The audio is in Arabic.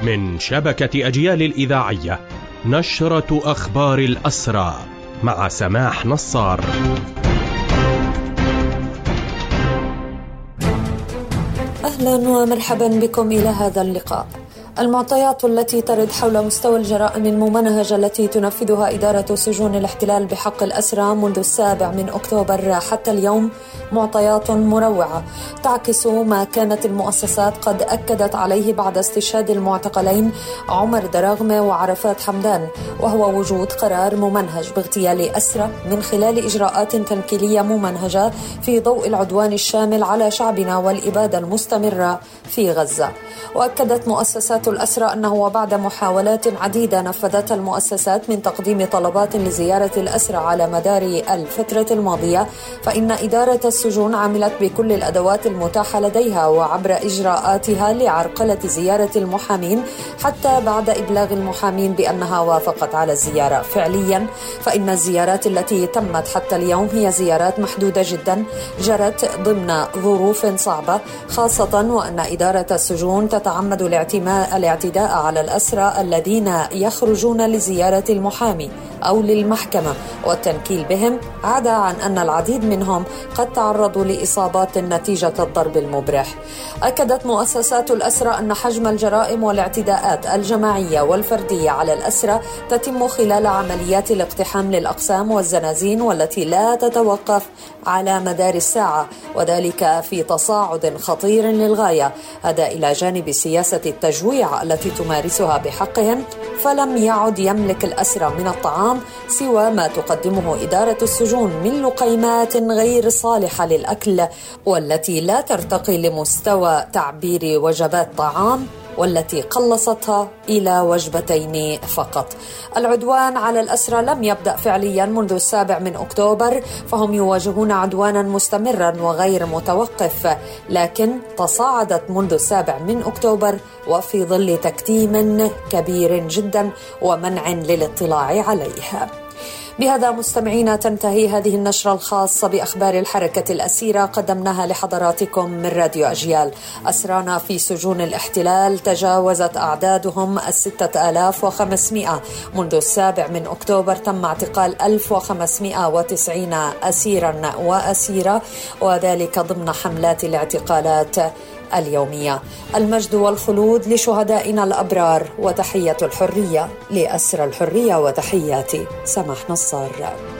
من شبكة أجيال الإذاعية، نشرة أخبار الأسرى مع سماح نصار. أهلا ومرحبا بكم إلى هذا اللقاء. المعطيات التي ترد حول مستوى الجرائم الممنهجة التي تنفذها إدارة سجون الاحتلال بحق الأسرى منذ 7 أكتوبر حتى اليوم معطيات مروعة تعكس ما كانت المؤسسات قد أكدت عليه بعد استشهاد المعتقلين عمر دراغمة وعرفات حمدان، وهو وجود قرار ممنهج باغتيال أسرى من خلال إجراءات تنكيلية ممنهجة في ضوء العدوان الشامل على شعبنا والإبادة المستمرة في غزة. وأكدت مؤسسات الأسرى أنه وبعد محاولات عديدة نفذتها المؤسسات من تقديم طلبات لزيارة الأسرى على مدار الفترة الماضية، فإن إدارة السجون عملت بكل الأدوات المتاحة لديها وعبر إجراءاتها لعرقلة زيارة المحامين، حتى بعد إبلاغ المحامين بأنها وافقت على الزيارة. فعليا فإن الزيارات التي تمت حتى اليوم هي زيارات محدودة جدا جرت ضمن ظروف صعبة، خاصة وأن إدارة السجون تتعمد الاعتداء على الأسرى الذين يخرجون لزيارة المحامي أو للمحكمة والتنكيل بهم، عدا عن أن العديد منهم قد تعرضوا لإصابات نتيجة الضرب المبرح. أكدت مؤسسات الأسرى أن حجم الجرائم والاعتداءات الجماعية والفردية على الأسرى تتم خلال عمليات الاقتحام للأقسام والزنازين، والتي لا تتوقف على مدار الساعة، وذلك في تصاعد خطير للغاية. هذا إلى جانب سياسة التجويع التي تمارسها بحقهم، فلم يعد يملك الأسرى من الطعام سوى ما تقدمه إدارة السجون من لقيمات غير صالحة للأكل، والتي لا ترتقي لمستوى تعبير وجبات طعام، والتي قلصتها إلى وجبتين فقط. العدوان على الأسرى لم يبدأ فعليا منذ 7 أكتوبر، فهم يواجهون عدوانا مستمرا وغير متوقف، لكن تصاعدت منذ 7 أكتوبر وفي ظل تكتيم كبير جدا ومنع للاطلاع عليه. بهذا مستمعينا تنتهي هذه النشرة الخاصة بأخبار الحركة الأسيرة قدمناها لحضراتكم من راديو أجيال. أسرانا في سجون الاحتلال تجاوزت أعدادهم 6500. منذ 7 أكتوبر تم اعتقال 1590 أسيرا وأسيرة، وذلك ضمن حملات الاعتقالات اليومية. المجد والخلود لشهدائنا الأبرار، وتحية الحرية لأسرى الحرية، وتحياتي سماح نصار.